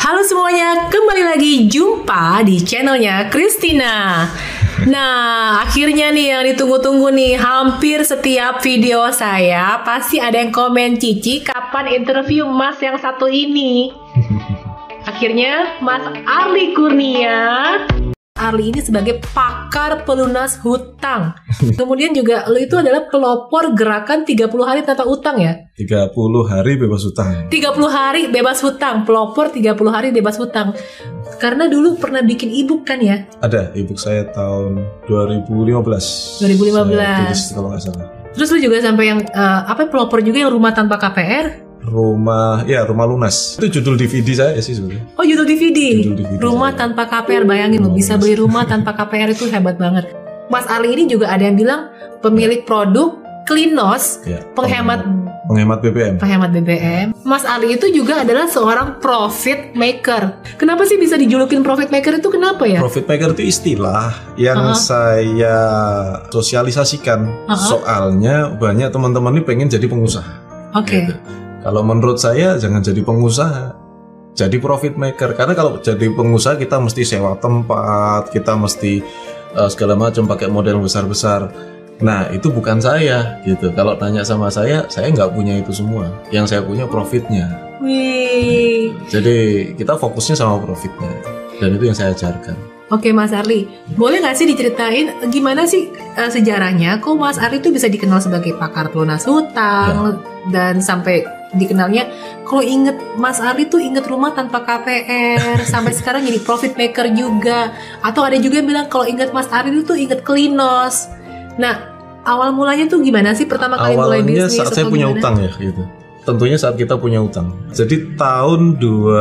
Halo semuanya, kembali lagi jumpa di channelnya Christina. Nah, akhirnya nih yang ditunggu-tunggu nih, hampir setiap video saya pasti ada yang komen, Cici kapan interview Mas yang satu ini? Akhirnya Mas Arli Kurnia. Arli ini sebagai pakar pelunas hutang. Kemudian juga lo itu adalah pelopor gerakan 30 hari tanpa utang ya? 30 hari bebas hutang. 30 hari bebas hutang, pelopor 30 hari bebas hutang. Karena dulu pernah bikin ebook kan ya? Ada, ebook saya tahun 2015. 2015. Saya tulis kalau nggak salah. Terus lu juga sampai yang pelopor juga yang rumah tanpa KPR? Rumah lunas. Itu judul DVD saya sih sebenarnya. Oh, judul DVD. Rumah saya. Tanpa KPR, bayangin lo bisa beli rumah tanpa KPR itu hebat banget. Mas Arli ini juga ada yang bilang pemilik produk Klinos, Ya, penghemat BBM. Mas Arli itu juga adalah seorang profit maker. Kenapa sih bisa dijulukin profit maker itu kenapa ya? Profit maker itu istilah yang saya sosialisasikan. Soalnya banyak teman-teman ini pengen jadi pengusaha. Oke. Gitu. Kalau menurut saya jangan jadi pengusaha, jadi profit maker. Karena kalau jadi pengusaha kita mesti sewa tempat, kita mesti segala macam pakai model besar-besar. Nah itu bukan saya gitu. Kalau tanya sama saya nggak punya itu semua. Yang saya punya profitnya. Wih. Jadi kita fokusnya sama profitnya. Dan itu yang saya ajarkan. Oke Mas Arli, boleh nggak sih diceritain gimana sih sejarahnya kok Mas Arli itu bisa dikenal sebagai pakar pelunas hutang dan sampai dikenalnya kalau inget Mas Arli tuh inget rumah tanpa KPR sampai sekarang jadi profit maker juga, atau ada juga yang bilang kalau inget Mas Arli itu inget Klinos. Nah awal mulanya tuh gimana sih pertama kali mulai bisnis? Awalnya saat saya punya utang ya gitu. Tentunya saat kita punya utang. Jadi tahun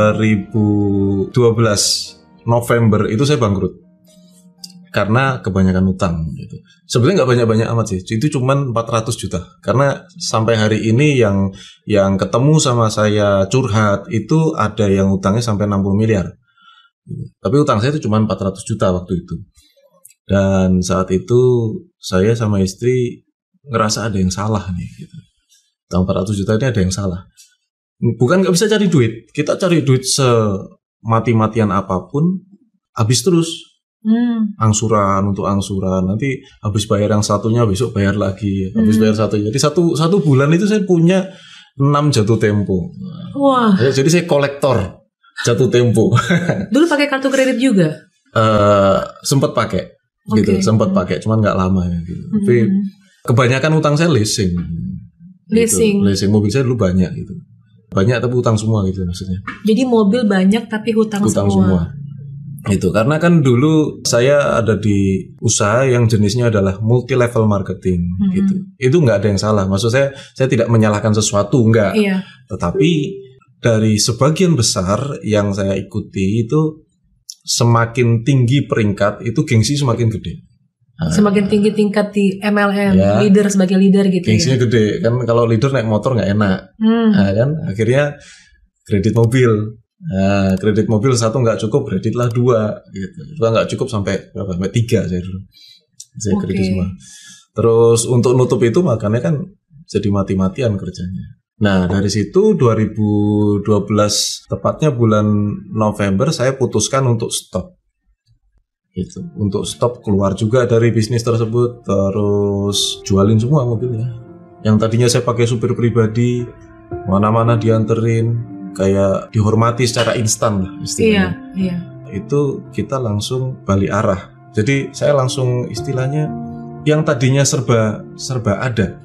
2012 November itu saya bangkrut karena kebanyakan utang gitu. Sebenarnya nggak banyak-banyak amat sih, itu cuman 400 juta. Karena sampai hari ini yang ketemu sama saya curhat itu ada yang utangnya sampai 60 miliar. Tapi utang saya itu cuman 400 juta waktu itu. Dan saat itu saya sama istri ngerasa ada yang salah nih gitu. Utang 400 juta ini ada yang salah. Bukan nggak bisa cari duit, kita cari duit mati-matian apapun habis terus. Angsuran untuk angsuran, nanti habis bayar yang satunya besok bayar lagi, habis bayar satunya. Jadi satu bulan itu saya punya 6 jatuh tempo. Wah. Jadi saya kolektor jatuh tempo. Dulu pakai kartu kredit juga? Sempat pakai gitu, sempat pakai, cuman nggak lama ya gitu. Tapi kebanyakan utang saya leasing. Leasing. Gitu. Leasing mobil saya dulu banyak gitu. Banyak tapi utang semua gitu maksudnya. Jadi mobil banyak tapi hutang semua. Itu karena kan dulu saya ada di usaha yang jenisnya adalah multi level marketing gitu. Itu nggak ada yang salah. Maksud saya tidak menyalahkan sesuatu, enggak. Iya. Tetapi dari sebagian besar yang saya ikuti itu semakin tinggi peringkat itu gengsi semakin gede. Semakin tinggi tingkat di MLM, ya, leader sebagai leader gitu. Gengsinya gede kan, kalau leader naik motor nggak enak, nah, kan akhirnya kredit mobil. Nah, kredit mobil satu nggak cukup, kreditlah 2 gitu. Itu nggak cukup sampai berapa? Sampai 3 saya dulu. Saya kredit semua. Terus untuk nutup itu makanya kan jadi mati-matian kerjanya. Nah dari situ 2012 tepatnya bulan November saya putuskan untuk stop. Gitu. Untuk stop, keluar juga dari bisnis tersebut, terus jualin semua mobilnya. Yang tadinya saya pakai supir pribadi, mana-mana dianterin, kayak dihormati secara instan lah istilahnya. Iya. Itu kita langsung balik arah. Jadi saya langsung istilahnya yang tadinya serba ada.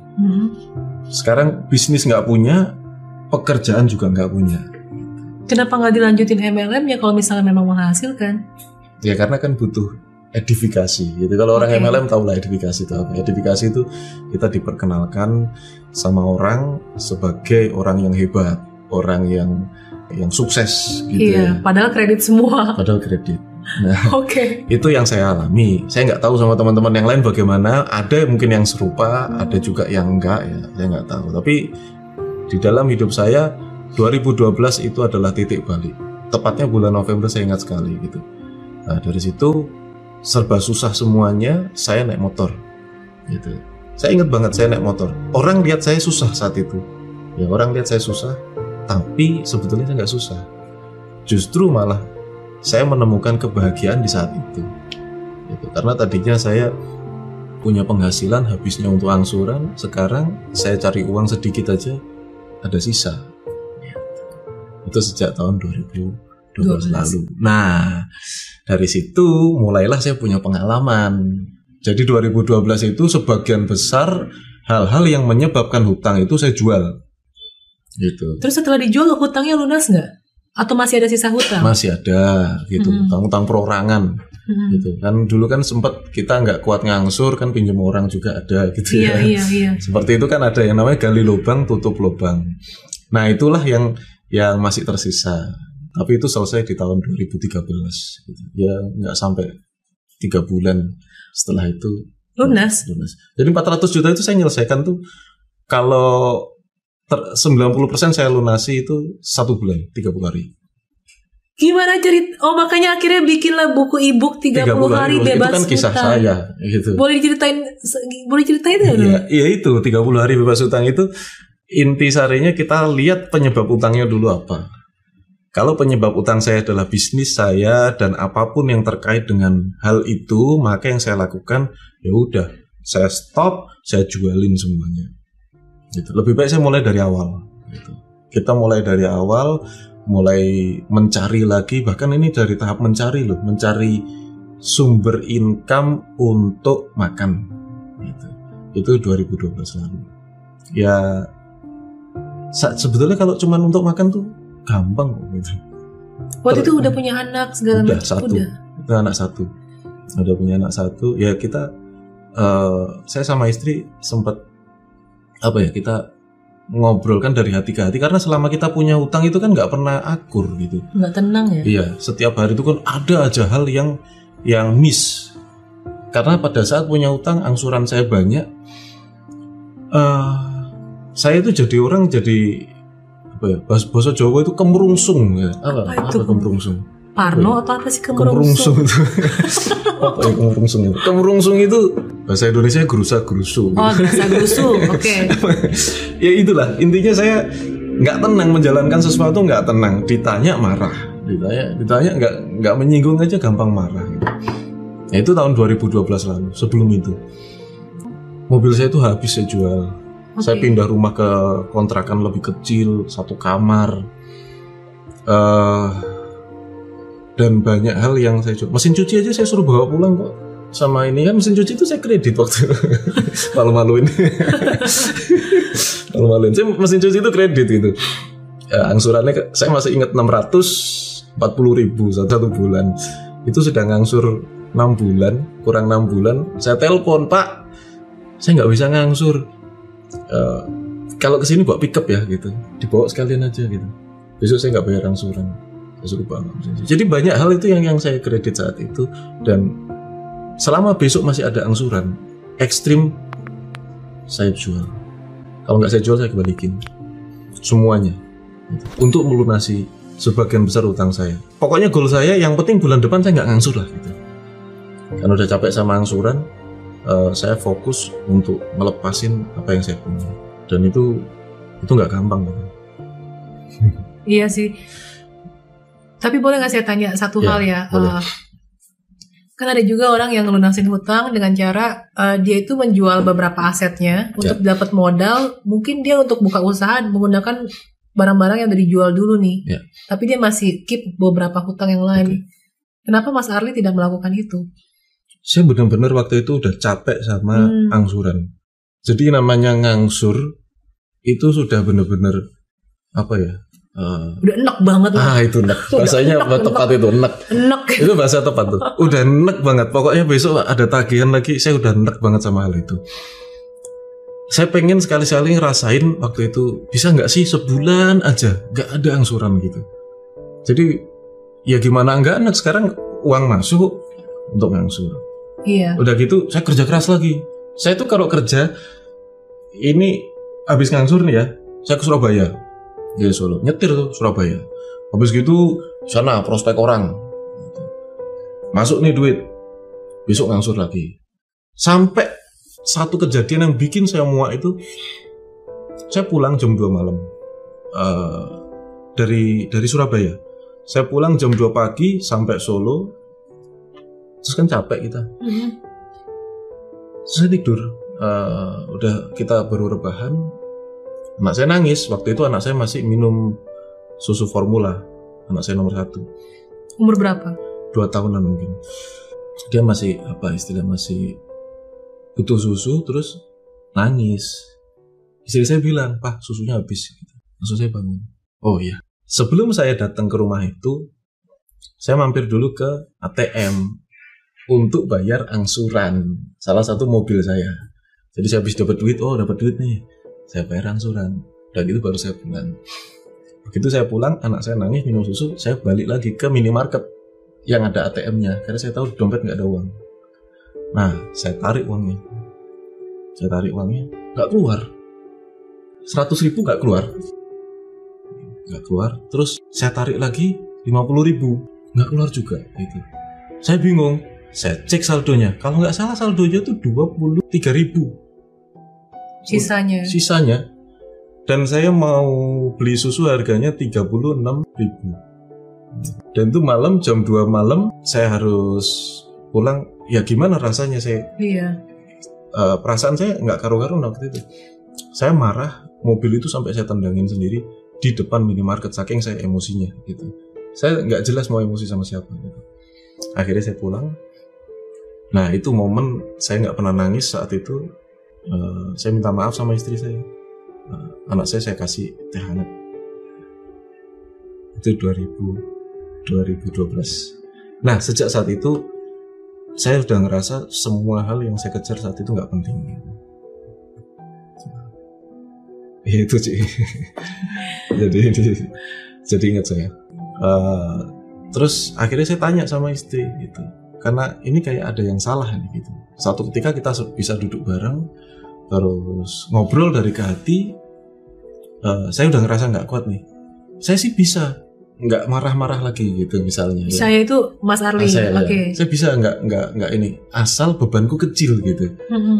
Sekarang bisnis nggak punya, pekerjaan juga nggak punya. Kenapa nggak dilanjutin MLM ya kalau misalnya memang menghasilkan? Ya karena kan butuh edifikasi gitu. Kalau orang MLM tahu lah edifikasi itu apa. Edifikasi itu kita diperkenalkan sama orang sebagai orang yang hebat, orang yang sukses gitu. Iya, padahal kredit semua. Padahal kredit. Nah, itu yang saya alami. Saya nggak tahu sama teman-teman yang lain bagaimana. Ada mungkin yang serupa, ada juga yang enggak ya. Saya nggak tahu. Tapi di dalam hidup saya 2012 itu adalah titik balik. Tepatnya bulan November saya ingat sekali gitu. Nah, dari situ serba susah semuanya. Saya naik motor gitu. Saya ingat banget saya naik motor. Orang lihat saya susah saat itu. Ya orang lihat saya susah, tapi sebetulnya saya nggak susah. justru malah saya menemukan kebahagiaan di saat itu gitu. Karena tadinya saya punya penghasilan habisnya untuk angsuran, sekarang saya cari uang sedikit aja ada sisa. Itu sejak tahun 2012 lalu. Nah, dari situ mulailah saya punya pengalaman. Jadi 2012 itu sebagian besar hal-hal yang menyebabkan hutang itu saya jual. Gitu. Terus setelah dijual hutangnya lunas nggak? Atau masih ada sisa hutang? Masih ada gitu, hutang hutang gitu. Kan dulu kan sempat kita nggak kuat ngangsur kan, pinjam orang juga ada gitu ya. Iya. Seperti itu kan ada yang namanya gali lubang tutup lubang. Nah itulah yang masih tersisa. Tapi itu selesai di tahun 2013 gitu. Ya nggak sampai 3 bulan setelah itu lunas. Jadi 400 juta itu saya nyelesaikan tuh kalau 90% saya lunasi itu 1 bulan, 30 hari. Gimana cerita? Oh makanya akhirnya bikinlah buku e-book 30 hari bebas hutang. Itu kan kisah saya gitu. Boleh diceritain ya? Iya itu 30 hari bebas hutang itu inti sarinya kita lihat penyebab utangnya dulu apa. Kalau penyebab utang saya adalah bisnis saya dan apapun yang terkait dengan hal itu, maka yang saya lakukan ya udah saya stop, saya jualin semuanya. Gitu. Lebih baik saya mulai dari awal. Gitu. Kita mulai dari awal, mulai mencari lagi, bahkan ini dari tahap mencari loh, mencari sumber income untuk makan. Gitu. Itu 2012 lalu. Ya sebetulnya kalau cuma untuk makan tuh gampang kok gitu. Waktu itu udah punya anak segala macam. Satu. Itu anak satu. Udah punya anak satu. Ya kita, saya sama istri sempat kita ngobrolkan dari hati ke hati, karena selama kita punya hutang itu kan nggak pernah akur gitu. Nggak tenang ya? Iya, setiap hari itu kan ada aja hal yang miss. Karena pada saat punya hutang, angsuran saya banyak. Saya itu jadi bahasa Jawa itu kemerungsung ya. Apa kemerungsung? Parno atau apa sih kemerungsung? Apa ya kemerungsung itu? Kemerungsung itu bahasa Indonesia gerusa-gerusu. Oh, gerusa-gerusu. Oke. Ya itulah, intinya saya nggak tenang menjalankan sesuatu, nggak tenang. Ditanya marah, ditanya nggak menyinggung aja gampang marah. Nah, itu tahun 2012 lalu. Sebelum itu mobil saya itu habis saya jual. Saya pindah rumah ke kontrakan lebih kecil, 1 kamar. Dan banyak hal yang saya jual. Mesin cuci aja saya suruh bawa pulang kok. Sama ini kan mesin cuci itu saya kredit waktu malu-maluin. Malu-maluin. Saya mesin cuci itu kredit gitu. Angsurannya saya masih ingat 640.000 satu bulan. Itu sudah ngangsur 6 bulan, kurang 6 bulan. Saya telepon, Pak, saya nggak bisa ngangsur. Kalau kesini bawa pickup ya gitu, dibawa sekalian aja gitu. Besok saya nggak bayar angsuran. Jadi banyak hal itu yang saya kredit saat itu, dan selama besok masih ada angsuran ekstrim saya jual. Kalau nggak saya jual saya kembalikan semuanya gitu, untuk melunasi sebagian besar utang saya. Pokoknya goal saya yang penting bulan depan saya nggak ngangsur lah gitu. Karena udah capek sama angsuran, saya fokus untuk melepasin apa yang saya punya, dan itu nggak gampang gitu. Iya sih. Tapi boleh nggak saya tanya satu hal ya? Kan ada juga orang yang ngelunasin hutang dengan cara dia itu menjual beberapa asetnya untuk dapat modal. Mungkin dia untuk buka usaha menggunakan barang-barang yang udah dijual dulu nih. Tapi dia masih keep beberapa hutang yang lain. Kenapa Mas Arli tidak melakukan itu? Saya benar-benar waktu itu udah capek sama angsuran. Jadi namanya ngangsur itu sudah benar-benar apa ya? Udah enek banget lah. Itu enek. Bahasanya tepat itu enek. Itu bahasa tepat tuh. Udah enek banget. Pokoknya besok ada tagihan lagi, saya udah enek banget sama hal itu. Saya pengen sekali-sekali ngerasain waktu itu, bisa nggak sih sebulan aja nggak ada angsuran gitu. Jadi ya gimana nggak enek, sekarang uang masuk untuk ngangsur. Iya. Udah gitu saya kerja keras lagi. Saya tuh kalau kerja ini habis ngangsur nih ya, saya ke Surabaya. Di Solo, nyetir tuh Surabaya. Habis gitu sana prospek orang, masuk nih duit, besok ngangsur lagi. Sampai satu kejadian yang bikin saya muak itu, saya pulang jam 2 malam dari Surabaya. Saya pulang jam 2 pagi sampai Solo. Terus kan capek kita. Terus saya tidur. Udah kita baru rebahan. Anak saya nangis. Waktu itu anak saya masih minum susu formula. Anak saya nomor 1. Umur berapa? 2 tahunan mungkin. Dia masih masih butuh susu, terus nangis. Istri saya bilang, "Pak, susunya habis." Langsung saya bangun. Oh iya. Sebelum saya datang ke rumah itu, saya mampir dulu ke ATM untuk bayar angsuran salah satu mobil saya. Jadi saya habis dapat duit nih, saya bayar angsuran. Dan itu baru saya pulang. Begitu saya pulang, anak saya nangis minum susu, saya balik lagi ke minimarket yang ada ATM-nya, karena saya tahu di dompet nggak ada uang. Nah, saya tarik uangnya, nggak keluar. 100.000 nggak keluar. Terus saya tarik lagi 50.000, nggak keluar juga. Itu saya bingung. Saya cek saldonya, kalau nggak salah saldonya tuh 23.000 sisanya. Dan saya mau beli susu harganya 36.000. Dan itu malam jam 2 malam saya harus pulang. Ya gimana rasanya saya? Iya. Perasaan saya nggak karu-karuan waktu itu. Saya marah, mobil itu sampai saya tendangin sendiri di depan minimarket, saking saya emosinya gitu. Saya nggak jelas mau emosi sama siapa gitu. Akhirnya saya pulang. Nah itu momen saya nggak pernah nangis saat itu. Saya minta maaf sama istri saya. Anak saya kasih teh hangat. Itu 2012. Nah sejak saat itu saya sudah ngerasa semua hal yang saya kejar saat itu nggak penting. Itu sih. jadi ingat saya. Terus akhirnya saya tanya sama istri gitu, karena ini kayak ada yang salah nih gitu. Satu ketika kita bisa duduk bareng, terus ngobrol dari ke hati. Saya udah ngerasa nggak kuat nih. Saya sih bisa nggak marah-marah lagi gitu misalnya. Saya itu Mas Arli. Oke. Saya bisa nggak ini, asal bebanku kecil gitu.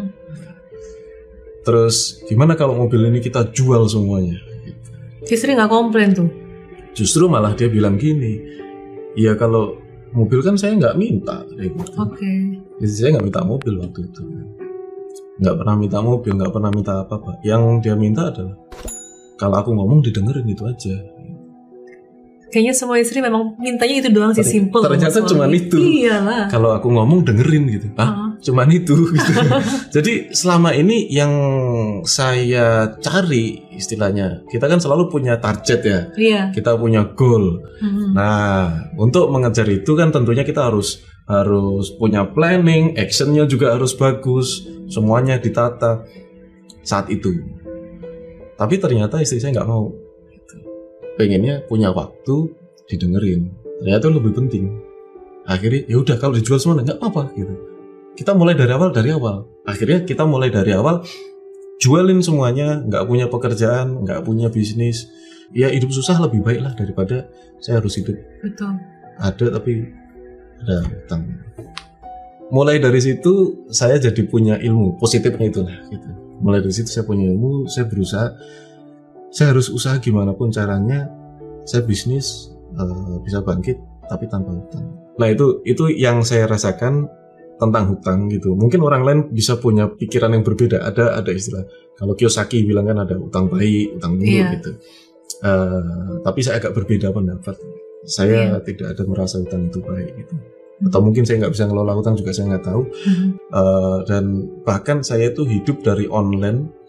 Terus gimana kalau mobil ini kita jual semuanya? Istri nggak komplain tuh? Justru malah dia bilang gini, ya kalau mobil kan saya nggak minta gitu. Jadi saya nggak minta mobil waktu itu, nggak pernah minta mobil, nggak pernah minta apa-apa. Yang dia minta adalah kalau aku ngomong didengerin, itu aja. Kayaknya semua istri memang mintanya itu doang sih, simple. Ternyata cuma itu. Iyalah. Kalau aku ngomong dengerin gitu. Cuman itu gitu. Jadi selama ini yang saya cari istilahnya, kita kan selalu punya target ya. Iya. Kita punya goal. Nah, untuk mengejar itu kan tentunya kita harus punya planning, actionnya juga harus bagus, semuanya ditata saat itu. Tapi ternyata istri saya nggak mau. Pengennya punya waktu didengerin, ternyata itu lebih penting. Akhirnya ya udah, kalau dijual semua nggak apa-apa gitu. Kita mulai dari awal. Akhirnya kita mulai dari awal, jualin semuanya, nggak punya pekerjaan, nggak punya bisnis. Ya hidup susah lebih baik lah daripada saya harus hidup. Betul. Ada tapi ada hutang. Mulai dari situ saya jadi punya ilmu, positifnya itulah gitu. Mulai dari situ saya punya ilmu, saya berusaha. Saya harus usaha gimana pun caranya, saya bisnis bisa bangkit tapi tanpa hutang. Nah itu yang saya rasakan tentang hutang gitu. Mungkin orang lain bisa punya pikiran yang berbeda. Ada istilah, kalau Kiyosaki bilang kan ada utang baik, utang buruk gitu. Tapi saya agak berbeda pendapat. Saya tidak ada merasa hutang itu baik gitu. Atau mungkin saya nggak bisa ngelola hutang juga, saya nggak tahu. Dan bahkan saya itu hidup dari online.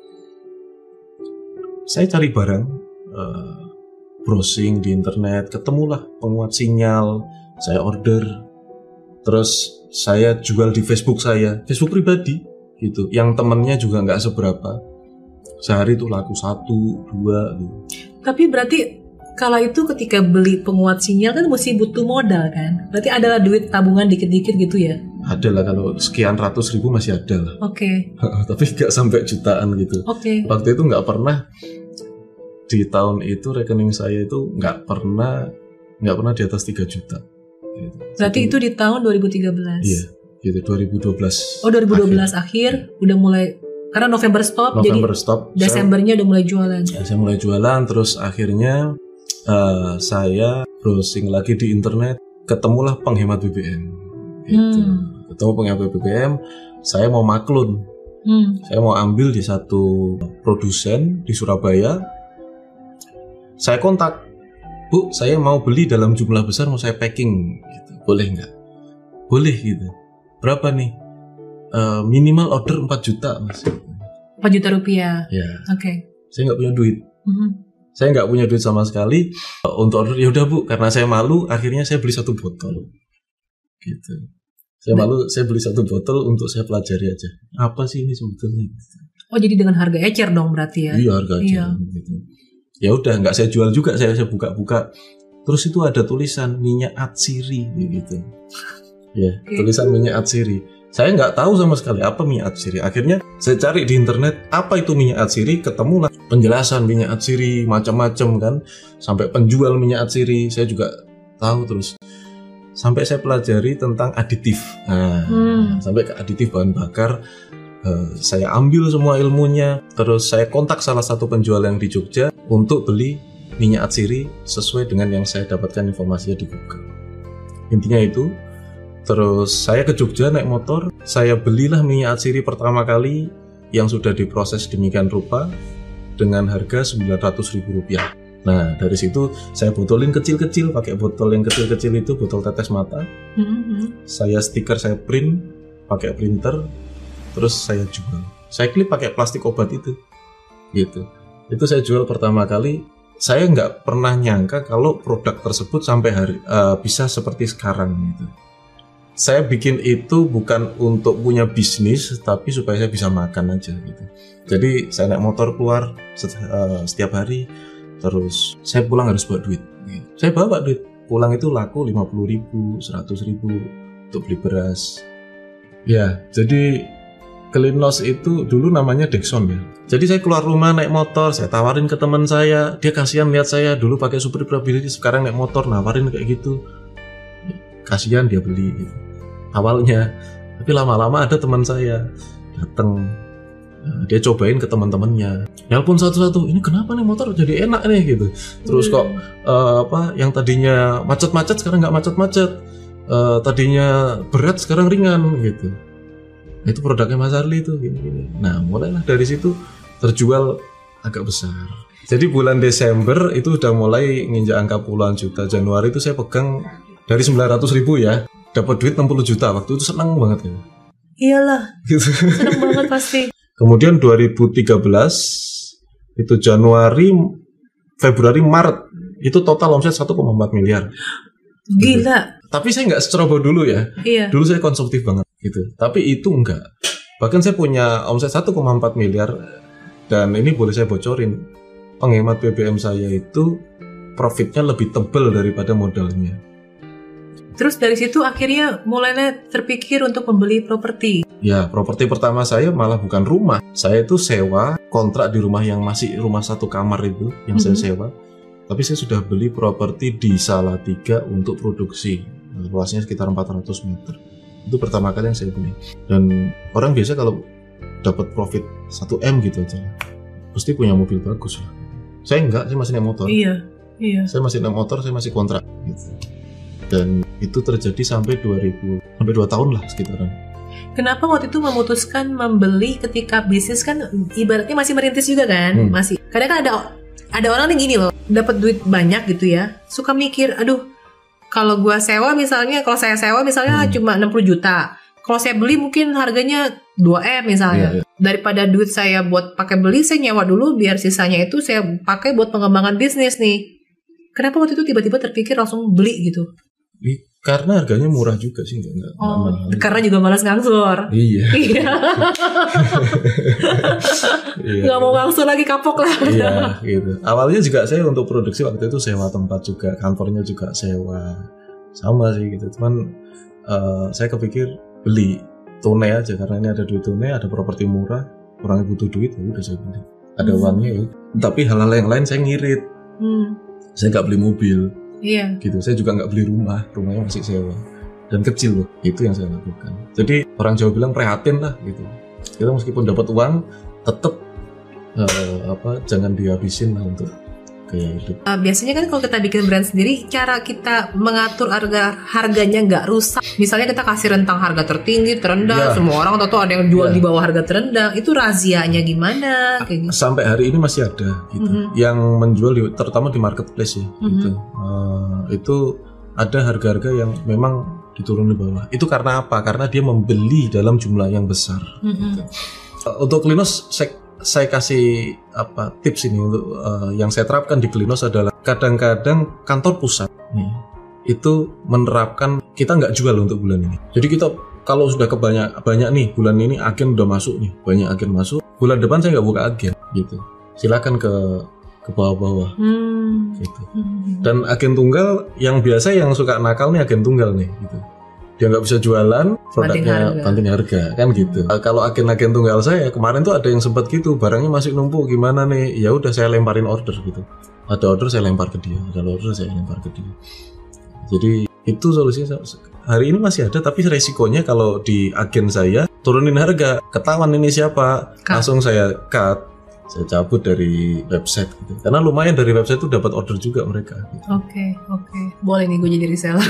Saya cari barang, browsing di internet, ketemulah penguat sinyal, saya order, terus saya jual di Facebook pribadi gitu, yang temennya juga nggak seberapa, sehari itu laku 1, 2 gitu. Tapi berarti kala itu ketika beli penguat sinyal kan mesti butuh modal kan? Berarti adalah duit tabungan dikit-dikit gitu ya? Ada lah, kalau sekian ratus ribu masih ada lah. Tapi nggak sampai jutaan gitu. Waktu itu nggak pernah. Di tahun itu rekening saya itu nggak pernah di atas 3 juta. Gitu. Berarti itu di tahun 2013. Iya, gitu 2012. 2012 akhir udah mulai, karena November stop, jadi stop. Desembernya udah mulai jualan. Saya mulai jualan, terus akhirnya saya browsing lagi di internet, ketemulah penghemat BBM. Gitu. Ketemu penghemat BBM, saya mau maklun. Saya mau ambil di satu produsen di Surabaya. Saya kontak, Bu, saya mau beli dalam jumlah besar, mau saya packing. Gitu. Boleh nggak? Boleh gitu. Berapa nih? Minimal order 4 juta, Mas. 4 juta rupiah. Ya. Oke. Saya nggak punya duit. Saya nggak punya duit sama sekali untuk order. Ya udah Bu, karena saya malu, akhirnya saya beli 1 botol. Gitu. Saya malu, saya beli 1 botol untuk saya pelajari aja. Apa sih ini sebetulnya? Oh, jadi dengan harga ecer dong berarti ya? Iya, harga ecer. Gitu. Ya udah, nggak saya jual juga, saya buka-buka. Terus itu ada tulisan minyak atsiri gitu. Ya, tulisan minyak atsiri. Saya nggak tahu sama sekali apa minyak atsiri. Akhirnya saya cari di internet apa itu minyak atsiri, ketemulah penjelasan minyak atsiri macam-macam kan, sampai penjual minyak atsiri saya juga tahu. Terus sampai saya pelajari tentang aditif. Sampai ke aditif bahan bakar. Saya ambil semua ilmunya, terus saya kontak salah satu penjual yang di Jogja untuk beli minyak atsiri sesuai dengan yang saya dapatkan informasinya di Google. Intinya itu. Terus saya ke Jogja naik motor, saya belilah minyak atsiri pertama kali yang sudah diproses demikian rupa dengan harga Rp900.000. Nah, dari situ saya botolin kecil-kecil, pakai botol yang kecil-kecil itu, botol tetes mata. Saya stiker, saya print pakai printer, terus saya jual. Saya klip pakai plastik obat itu. Gitu. Itu saya jual pertama kali. Saya nggak pernah nyangka kalau produk tersebut sampai bisa seperti sekarang gitu. Saya bikin itu bukan untuk punya bisnis, tapi supaya saya bisa makan aja gitu. Jadi saya naik motor keluar setiap hari, terus saya pulang harus bawa duit. Saya bawa duit, pulang itu laku 50.000, 100.000 untuk beli beras. Ya, jadi Cleanloss itu dulu namanya Dexon ya. Jadi saya keluar rumah naik motor, saya tawarin ke teman saya, dia kasihan lihat saya dulu pakai Super Ability, sekarang naik motor nawarin kayak gitu. Kasihan dia beli gitu. Awalnya, tapi lama-lama ada teman saya datang, dia cobain ke teman-temannya, nelpon satu-satu, ini kenapa nih motor jadi enak nih gitu. Terus kok yang tadinya macet-macet sekarang nggak macet-macet, tadinya berat sekarang ringan gitu. Itu produknya Mas Arli itu gini-gini. Nah, mulailah dari situ terjual agak besar. Jadi bulan Desember itu udah mulai nginjak angka puluhan juta. Januari itu saya pegang dari 900.000 ya, dapat duit 60 juta. Waktu itu senang banget ya. Iyalah. Gitu. Senang banget pasti. Kemudian 2013 itu Januari, Februari, Maret itu total omset 1,4 miliar. Gila. Gitu. Tapi saya nggak seceroboh dulu ya. Iya. Dulu saya konsumtif banget gitu. Tapi itu enggak. Bahkan saya punya omset 1,4 miliar dan ini boleh saya bocorin. Penghemat BBM saya itu profitnya lebih tebal daripada modalnya. Terus dari situ akhirnya mulainya terpikir untuk membeli properti. Ya, properti pertama saya malah bukan rumah. Saya itu sewa kontrak di rumah yang masih rumah 1 kamar itu yang saya sewa. Tapi saya sudah beli properti di Salatiga untuk produksi. Luasnya sekitar 400 meter. Itu pertama kali yang saya beli. Dan orang biasa kalau dapat profit 1M gitu aja, pasti punya mobil bagus lah. Saya enggak, saya masih naik motor. Iya. Saya masih naik motor, saya masih kontrak gitu. Dan itu terjadi sampai 2 tahun lah sekitaran. Kenapa waktu itu memutuskan membeli ketika bisnis kan ibaratnya masih merintis juga kan? Masih. Kadang kan ada orang nih gini loh, dapat duit banyak gitu ya, suka mikir, aduh, kalau gua sewa misalnya, kalau saya sewa misalnya cuma 60 juta. Kalau saya beli mungkin harganya 2M misalnya. Daripada duit saya buat pakai beli, saya nyewa dulu biar sisanya itu saya pakai buat pengembangan bisnis nih. Kenapa waktu itu tiba-tiba terpikir langsung beli gitu? Karena harganya murah juga sih, enggak mahal. Karena juga malas ngangsur. Iya. Nggak mau ngangsur lagi, kapok lah. Iya, gitu. Awalnya juga saya untuk produksi waktu itu sewa tempat juga, kantornya juga sewa, sama sih gitu. Cuman saya kepikir beli tunai aja karena ini ada duit tunai, ada properti murah, orangnya butuh duit, ya udah saya beli. Ada uangnya ya. Tapi hal-hal yang lain saya ngirit. Saya nggak beli mobil. Iya. Gitu. Saya juga nggak beli rumahnya masih sewa dan kecil loh. Itu yang saya lakukan. Jadi orang Jawa bilang prihatin lah gitu. Kita meskipun dapat uang, tetap jangan dihabisin lah untuk gaya hidup. Biasanya kan kalau kita bikin brand sendiri, cara kita mengatur harganya nggak rusak. Misalnya kita kasih rentang harga tertinggi, terendah, semua orang tahu ada yang jual di bawah harga terendah. Itu razianya gimana? Kayak gitu. Sampai hari ini masih ada gitu. Yang menjual terutama di marketplace ya. Gitu. Itu ada harga-harga yang memang diturun di bawah. Itu karena apa? Karena dia membeli dalam jumlah yang besar. Gitu. Untuk Klinos saya kasih tips ini untuk yang saya terapkan di Klinos adalah kadang-kadang kantor pusat nih itu menerapkan kita nggak jual untuk bulan ini. Jadi kita kalau sudah banyak nih bulan ini agen udah masuk nih, banyak agen masuk, bulan depan saya nggak buka agen gitu. Silakan ke bawah-bawah gitu. Dan agen tunggal yang biasa yang suka nakal nih agen tunggal nih gitu. Dia nggak bisa jualan, produknya banting harga kan gitu. Kalau agen-agen tunggal saya kemarin tuh ada yang sempat gitu, barangnya masih numpuk gimana nih? Ya udah saya lemparin order gitu. Ada order saya lempar ke dia, ada order saya lempar ke dia. Jadi itu solusinya. Hari ini masih ada, tapi resikonya kalau di agen saya turunin harga, ketahuan ini siapa, langsung saya cut. Saya cabut dari website gitu. Karena lumayan dari website itu dapat order juga mereka gitu. Oke. Boleh nih gue jadi reseller.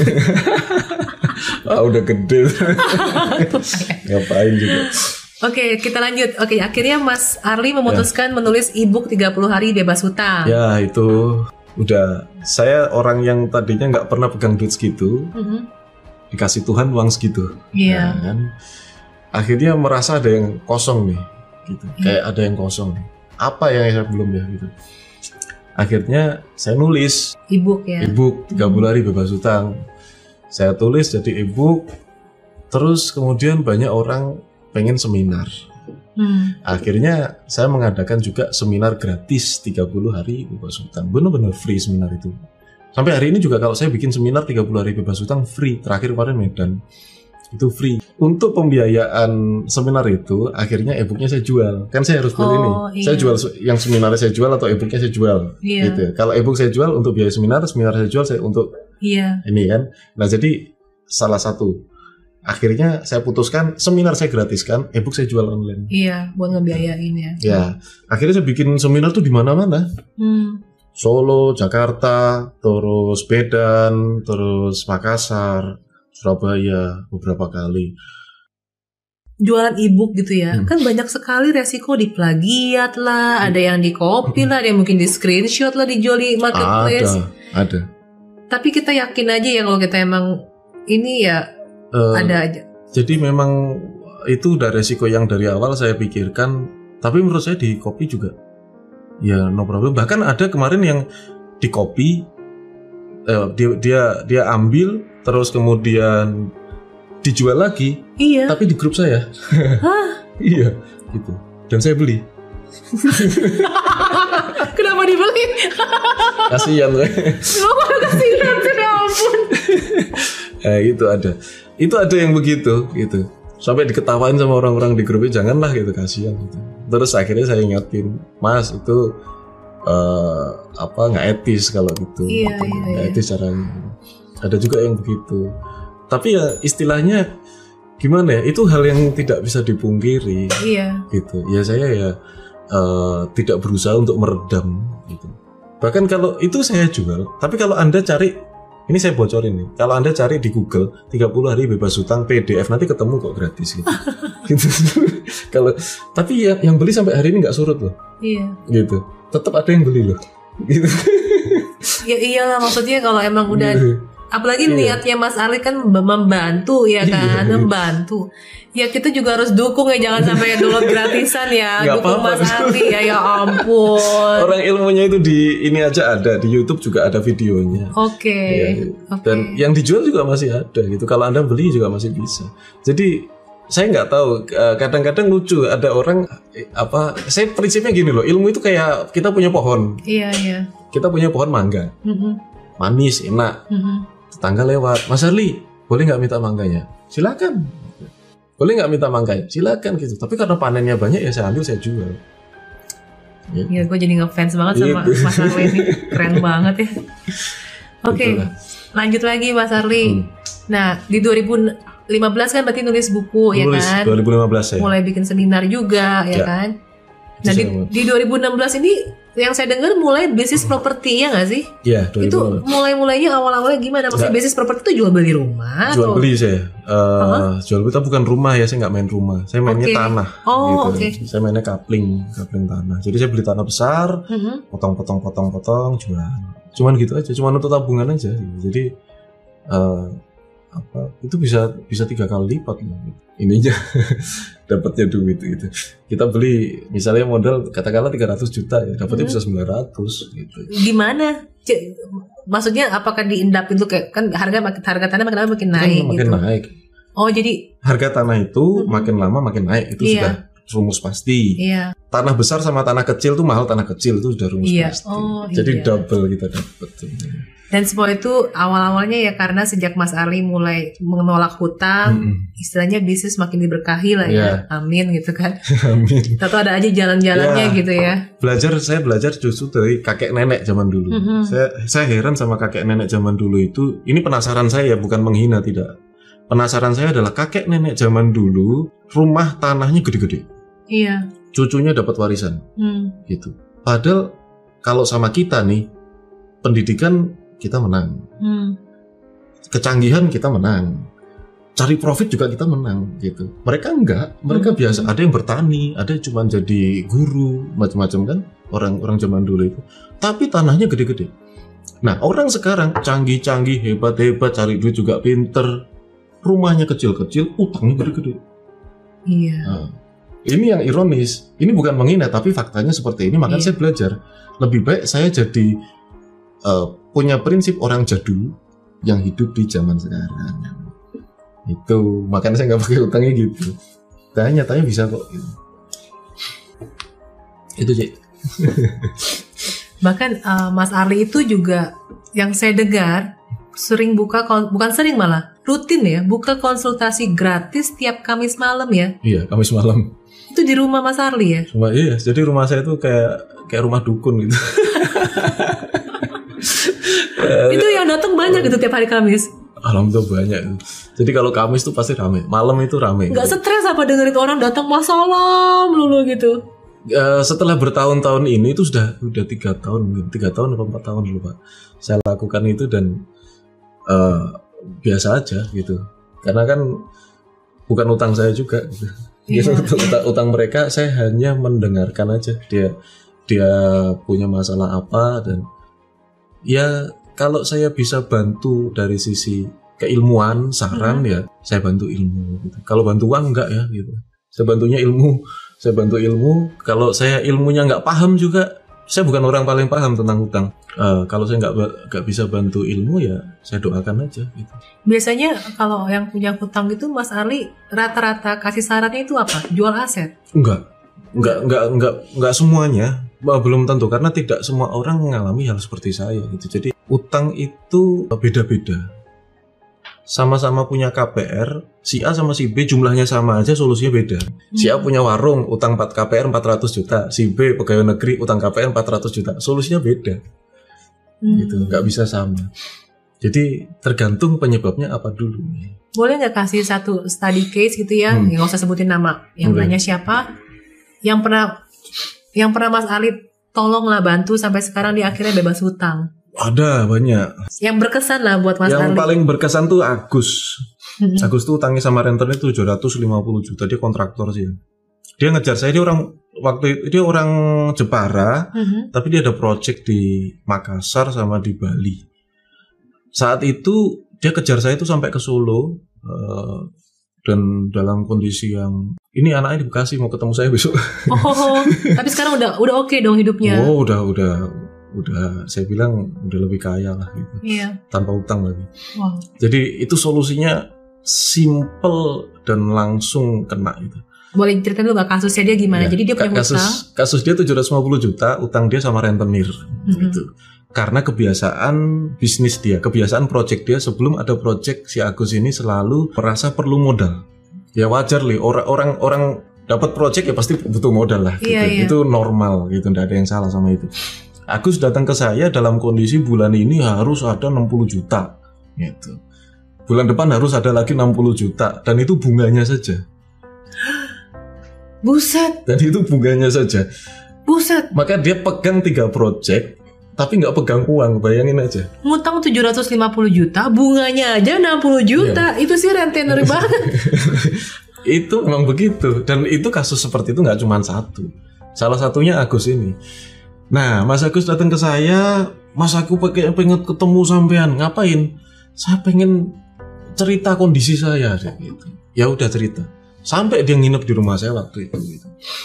Udah gede. Ngapain juga. Oke, kita lanjut. Oke, akhirnya Mas Arli memutuskan menulis e-book 30 hari bebas hutang. Ya, itu udah. Saya orang yang tadinya nggak pernah pegang duit segitu. Dikasih Tuhan uang segitu. Iya. Nah, kan? Akhirnya merasa ada yang kosong nih gitu. Kayak ada yang kosong nih. Apa yang saya belum ya gitu. Akhirnya saya nulis e-book ya. E-book 30 hari bebas hutang. Saya tulis jadi e-book. Terus kemudian banyak orang pengen seminar. Akhirnya saya mengadakan juga seminar gratis 30 hari bebas hutang. Benar-benar free seminar itu. Sampai hari ini juga kalau saya bikin seminar 30 hari bebas hutang free. Terakhir kemarin Medan. Itu free. Untuk pembiayaan seminar itu akhirnya e-booknya saya jual. Kan saya harus buat ini. Iya. Saya jual yang seminarnya saya jual atau e-booknya saya jual. Iya. Gitu. Kalau e-book saya jual untuk biaya seminar saya jual saya untuk ini kan. Nah, jadi salah satu akhirnya saya putuskan seminar saya gratiskan, e-book saya jual online. Iya, buat ngebiayain ya. Ya, akhirnya saya bikin seminar tuh di mana-mana. Solo, Jakarta, terus Medan, terus Makassar, Surabaya beberapa kali. Jualan e-book gitu ya, kan banyak sekali resiko diplagiat lah, ada yang di copy lah, ada yang mungkin di screenshot lah dijual di marketplace. Ada. Tapi kita yakin aja ya kalau kita emang ini ya ada aja. Jadi memang itu udah resiko yang dari awal saya pikirkan. Tapi menurut saya di copy juga ya no problem. Bahkan ada kemarin yang di copy dia ambil terus kemudian dijual lagi, tapi di grup saya. Hah? Iya, gitu. Dan saya beli. Kenapa dibeli? Kasihan saya. Kasihan, ya ampun. Itu ada yang begitu, gitu. Sampai diketawain sama orang-orang di grupnya, janganlah gitu, kasihan. Gitu. Terus akhirnya saya ingatin, Mas itu nggak etis kalau gitu. Nggak etis caranya. Ada juga yang begitu. Tapi ya istilahnya gimana ya? Itu hal yang tidak bisa dipungkiri. Iya. Gitu. Ya saya tidak berusaha untuk meredam. Gitu. Bahkan kalau itu saya jual. Tapi kalau Anda cari, ini saya bocorin nih. Kalau Anda cari di Google 30 hari bebas hutang PDF nanti ketemu kok gratis gitu. Gitu. Tapi yang beli sampai hari ini nggak surut loh. Iya. Gitu. Tetap ada yang beli loh. Gitu. Ya iyalah, maksudnya kalau emang udah apalagi niatnya Mas Arli kan membantu ya kan, membantu. Ya kita juga harus dukung ya, jangan sampai download gratisan ya. Dukung Mas Arli ya ampun. Orang ilmunya itu di ini aja ada, di YouTube juga ada videonya. Oke. Dan yang dijual juga masih ada gitu. Kalau Anda beli juga masih bisa. Jadi saya nggak tahu, kadang-kadang lucu ada orang saya prinsipnya gini loh, ilmu itu kayak kita punya pohon. Iya. Kita punya pohon mangga. Manis, enak. Tetangga lewat, Mas Arli, boleh nggak minta mangganya? Silakan. Boleh nggak minta mangganya? Silakan gitu. Tapi karena panennya banyak ya saya ambil, saya jual. Ya gue jadi ngefans banget sama Mas Arli ini, keren banget ya. Oke, lanjut lagi Mas Arli. Nah di 2015 kan berarti nulis buku ya kan? 2015 saya. Mulai bikin seminar juga ya kan? Nah di 2016 ini yang saya dengar mulai bisnis properti ya nggak sih? Iya, 2015. Itu mulainya awalnya gimana? Maksudnya bisnis properti itu jual beli rumah? Jual atau? beli saya. Jual beli, bukan rumah ya, saya nggak main rumah. Saya mainnya tanah. Oh, gitu. Saya mainnya kapling tanah. Jadi saya beli tanah besar, potong, jual. Cuman gitu aja, cuman untuk tabungan aja. Jadi itu bisa 3 kali lipat loh. Ininya dapatnya duit gitu. Kita beli misalnya modal katakanlah 300 juta ya, dapatnya bisa 900 gitu. Gimana? Maksudnya apakah diindapin tuh kayak kan harga tanah makin lama makin naik makin gitu. naik. Oh, jadi harga tanah itu makin lama makin naik, itu sudah rumus pasti. Iya. Tanah besar sama tanah kecil tuh mahal, tanah kecil itu sudah rumus pasti. Jadi double kita dapat. Dan semua itu awal-awalnya ya karena sejak Mas Ali mulai menolak hutang, istilahnya bisnis makin diberkahi lah ya. Amin gitu kan. Amin. Tentu ada aja jalan-jalannya gitu ya. Saya belajar justru dari kakek nenek zaman dulu. Saya heran sama kakek nenek zaman dulu itu. Ini penasaran saya, bukan menghina, tidak. Penasaran saya adalah kakek nenek zaman dulu rumah tanahnya gede-gede. Iya. Cucunya dapat warisan. Gitu. Padahal kalau sama kita nih, pendidikan kita menang, kecanggihan kita menang, cari profit juga kita menang gitu. Mereka enggak, mereka biasa. Ada yang bertani, ada yang cuma jadi guru, macam-macam kan orang zaman dulu itu. Tapi tanahnya gede-gede. Nah orang sekarang canggih-canggih, hebat-hebat, cari duit juga pinter, rumahnya kecil-kecil, utangnya gede-gede. Iya. Nah, ini yang ironis. Ini bukan menghina, tapi faktanya seperti ini. Makanya saya belajar. Lebih baik saya jadi punya prinsip orang jadul yang hidup di zaman sekarang. Itu makanya saya nggak pakai utangnya gitu. Tanya bisa kok. Gitu. Itu Cik. Bahkan Mas Ali itu juga yang saya dengar sering bukan sering malah rutin ya buka konsultasi gratis tiap Kamis malam ya. Iya, Kamis malam. Itu di rumah Mas Ali ya? Iya, jadi rumah saya itu kayak rumah dukun gitu. Itu yang datang banyak gitu tiap hari Kamis. Alhamdulillah banyak. Jadi kalau Kamis tuh pasti rame. Malam itu rame. Gak stres apa dengerin orang datang masalah melulu gitu? Setelah bertahun-tahun ini itu sudah 3 tahun mungkin 3 tahun atau 4 tahun dulu Pak. Saya lakukan itu dan biasa aja gitu. Karena kan bukan utang saya juga gitu. Utang mereka saya hanya mendengarkan aja dia punya masalah apa dan ya kalau saya bisa bantu dari sisi keilmuan, saran ya saya bantu ilmu gitu. Kalau bantu uang enggak ya gitu. Saya bantu ilmu. Kalau saya ilmunya nggak paham juga, saya bukan orang paling paham tentang hutang. Kalau saya nggak bisa bantu ilmu ya saya doakan aja gitu. Biasanya kalau yang punya hutang itu Mas Ali rata-rata kasih sarannya itu apa? Jual aset? Enggak semuanya. Belum tentu karena tidak semua orang mengalami hal seperti saya gitu. Jadi utang itu beda-beda. Sama-sama punya KPR, si A sama si B jumlahnya sama aja, solusinya beda. Si A punya warung, utang KPR 400 juta. Si B pegawai negeri, utang KPR 400 juta. Solusinya beda. Gitu, nggak bisa sama. Jadi tergantung penyebabnya apa dulu. Boleh nggak kasih satu study case gitu ya? Nggak usah sebutin nama. Yang nanya siapa? Yang pernah Mas Ali tolonglah bantu sampai sekarang dia akhirnya bebas hutang. Ada banyak. Yang berkesan lah buat Mas Ali. Yang paling berkesan tuh Agus. Agus tuh utangnya sama rentenir itu 750 juta. Dia kontraktor sih. Dia ngejar saya, dia orang Jepara, tapi dia ada project di Makassar sama di Bali. Saat itu dia kejar saya itu sampai ke Solo dan dalam kondisi yang ini anaknya di Bekasi mau ketemu saya besok. Tapi sekarang udah oke dong hidupnya. Oh, udah saya bilang udah lebih kaya lah gitu. Iya. Tanpa utang lagi. Wow. Jadi itu solusinya simple dan langsung kena gitu. Boleh ceritain dulu gak kasusnya dia gimana? Ya, jadi dia punya hutang. Kasus dia 750 juta, utang dia sama rentenir gitu. Karena kebiasaan bisnis dia, kebiasaan project dia sebelum ada project si Agus ini selalu merasa perlu modal. Ya wajar li, orang dapat project ya pasti butuh modal lah gitu. Iya. Itu normal gitu, enggak ada yang salah sama itu. Agus datang ke saya dalam kondisi bulan ini harus ada 60 juta gitu. Bulan depan harus ada lagi 60 juta dan itu bunganya saja. Buset. Dan itu bunganya saja. Buset. Maka dia pegang 3 project tapi nggak pegang uang, bayangin aja. Ngutang 750 juta, bunganya aja 60 juta. Itu sih rentenir banget. Itu memang begitu. Dan itu kasus seperti itu nggak cuma satu. Salah satunya Agus ini. Nah, Mas Agus datang ke saya, Mas aku pengen ketemu sampean. Ngapain? Saya pengen cerita kondisi saya gitu. Ya udah cerita. Sampai dia nginep di rumah saya waktu itu gitu.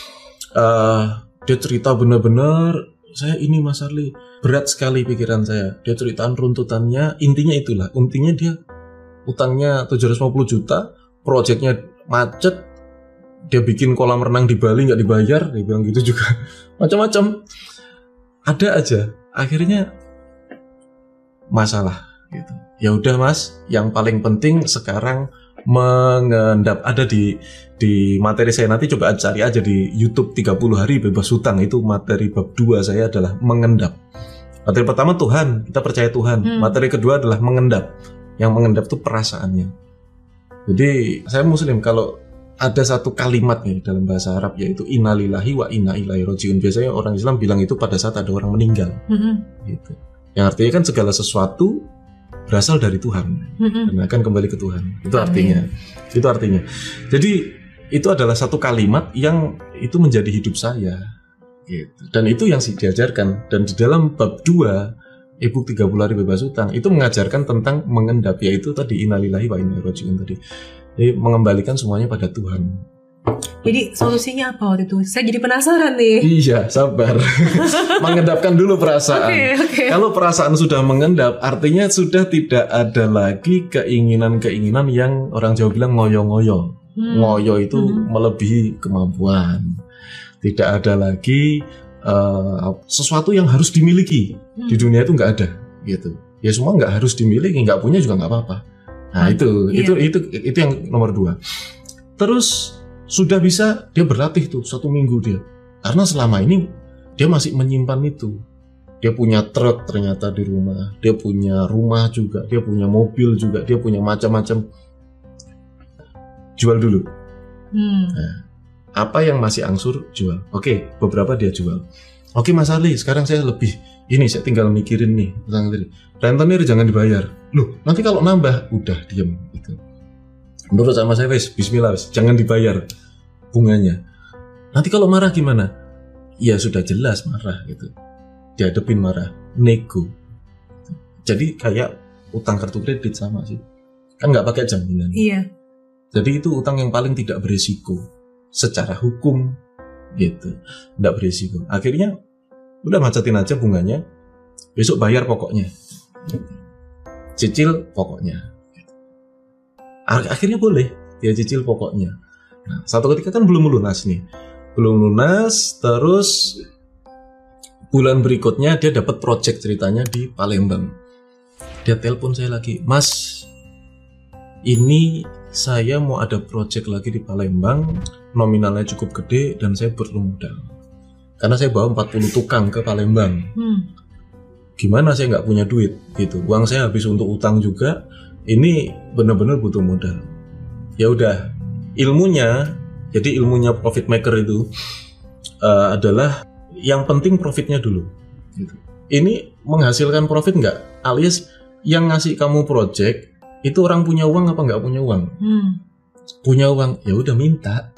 Dia cerita benar-benar, saya ini Mas Arli, berat sekali pikiran saya. Dia ceritaan runtutannya, intinya itulah. Intinya dia utangnya 750 juta, proyeknya macet, dia bikin kolam renang di Bali nggak dibayar, dia bilang gitu juga. Macam-macam. Ada aja. Akhirnya masalah gitu. Ya udah Mas, yang paling penting sekarang mengendap. Ada di materi saya, nanti coba cari aja di YouTube 30 hari bebas hutang, itu materi bab 2 saya adalah mengendap. Materi pertama Tuhan, kita percaya Tuhan. Materi kedua adalah mengendap. Yang mengendap itu perasaannya. Jadi saya Muslim, kalau ada satu kalimat nih dalam bahasa Arab yaitu innalillahi wa inna ilaihi rajiun. Biasanya orang Islam bilang itu pada saat ada orang meninggal. Gitu. Yang artinya kan segala sesuatu berasal dari Tuhan dan akan kembali ke Tuhan. Itu artinya. Itu artinya. Jadi itu adalah satu kalimat yang itu menjadi hidup saya. Gitu. Dan itu yang diajarkan. Dan di dalam bab 2 e-book 30 hari bebas hutang itu mengajarkan tentang mengendap, yaitu tadi innalillahi wa inna ilaihi rajiun tadi. Jadi mengembalikan semuanya pada Tuhan. Jadi solusinya apa waktu itu? Saya jadi penasaran nih. Iya, sabar. Mengendapkan dulu perasaan. Okay. Kalau perasaan sudah mengendap, artinya sudah tidak ada lagi keinginan-keinginan yang orang Jawa bilang ngoyo-ngoyo. Ngoyo itu melebihi kemampuan. Tidak ada lagi sesuatu yang harus dimiliki. Di dunia itu nggak ada, gitu. Ya semua nggak harus dimiliki, nggak punya juga nggak apa-apa. Nah itu yang nomor 2. Terus sudah bisa dia berlatih tuh 1 minggu dia, karena selama ini dia masih menyimpan itu. Dia punya truk ternyata di rumah, dia punya rumah juga, dia punya mobil juga, dia punya macam-macam. Jual dulu. Nah, apa yang masih angsur jual. Oke, beberapa dia jual. Oke Mas Arli, sekarang saya lebih ini, saya tinggal mikirin nih tentang tadi. Rentenir jangan dibayar. Loh, nanti kalau nambah udah diem gitu. Menurut sama saya bismillah, jangan dibayar bunganya. Nanti kalau marah gimana? Ya sudah jelas marah gitu. Dihadapin marah, nego. Jadi kayak utang kartu kredit sama sih. Kan nggak pakai jaminan. Iya. Jadi itu utang yang paling tidak beresiko secara hukum gitu. Nggak beresiko. Akhirnya udah macetin aja bunganya. Besok bayar pokoknya. Cicil pokoknya. Akhirnya boleh dia cicil pokoknya. Nah, satu ketika kan belum lunas nih, terus bulan berikutnya dia dapat project ceritanya di Palembang. Dia telepon saya lagi, Mas, ini saya mau ada project lagi di Palembang, nominalnya cukup gede dan saya perlu modal. Karena saya bawa 40 tukang ke Palembang. Gimana saya nggak punya duit gitu, uang saya habis untuk utang juga. Ini benar-benar butuh modal. Ya udah, ilmunya profit maker itu adalah yang penting profitnya dulu. Gitu. Ini menghasilkan profit nggak? Alias yang ngasih kamu project itu orang punya uang apa nggak punya uang? Punya uang, ya udah minta.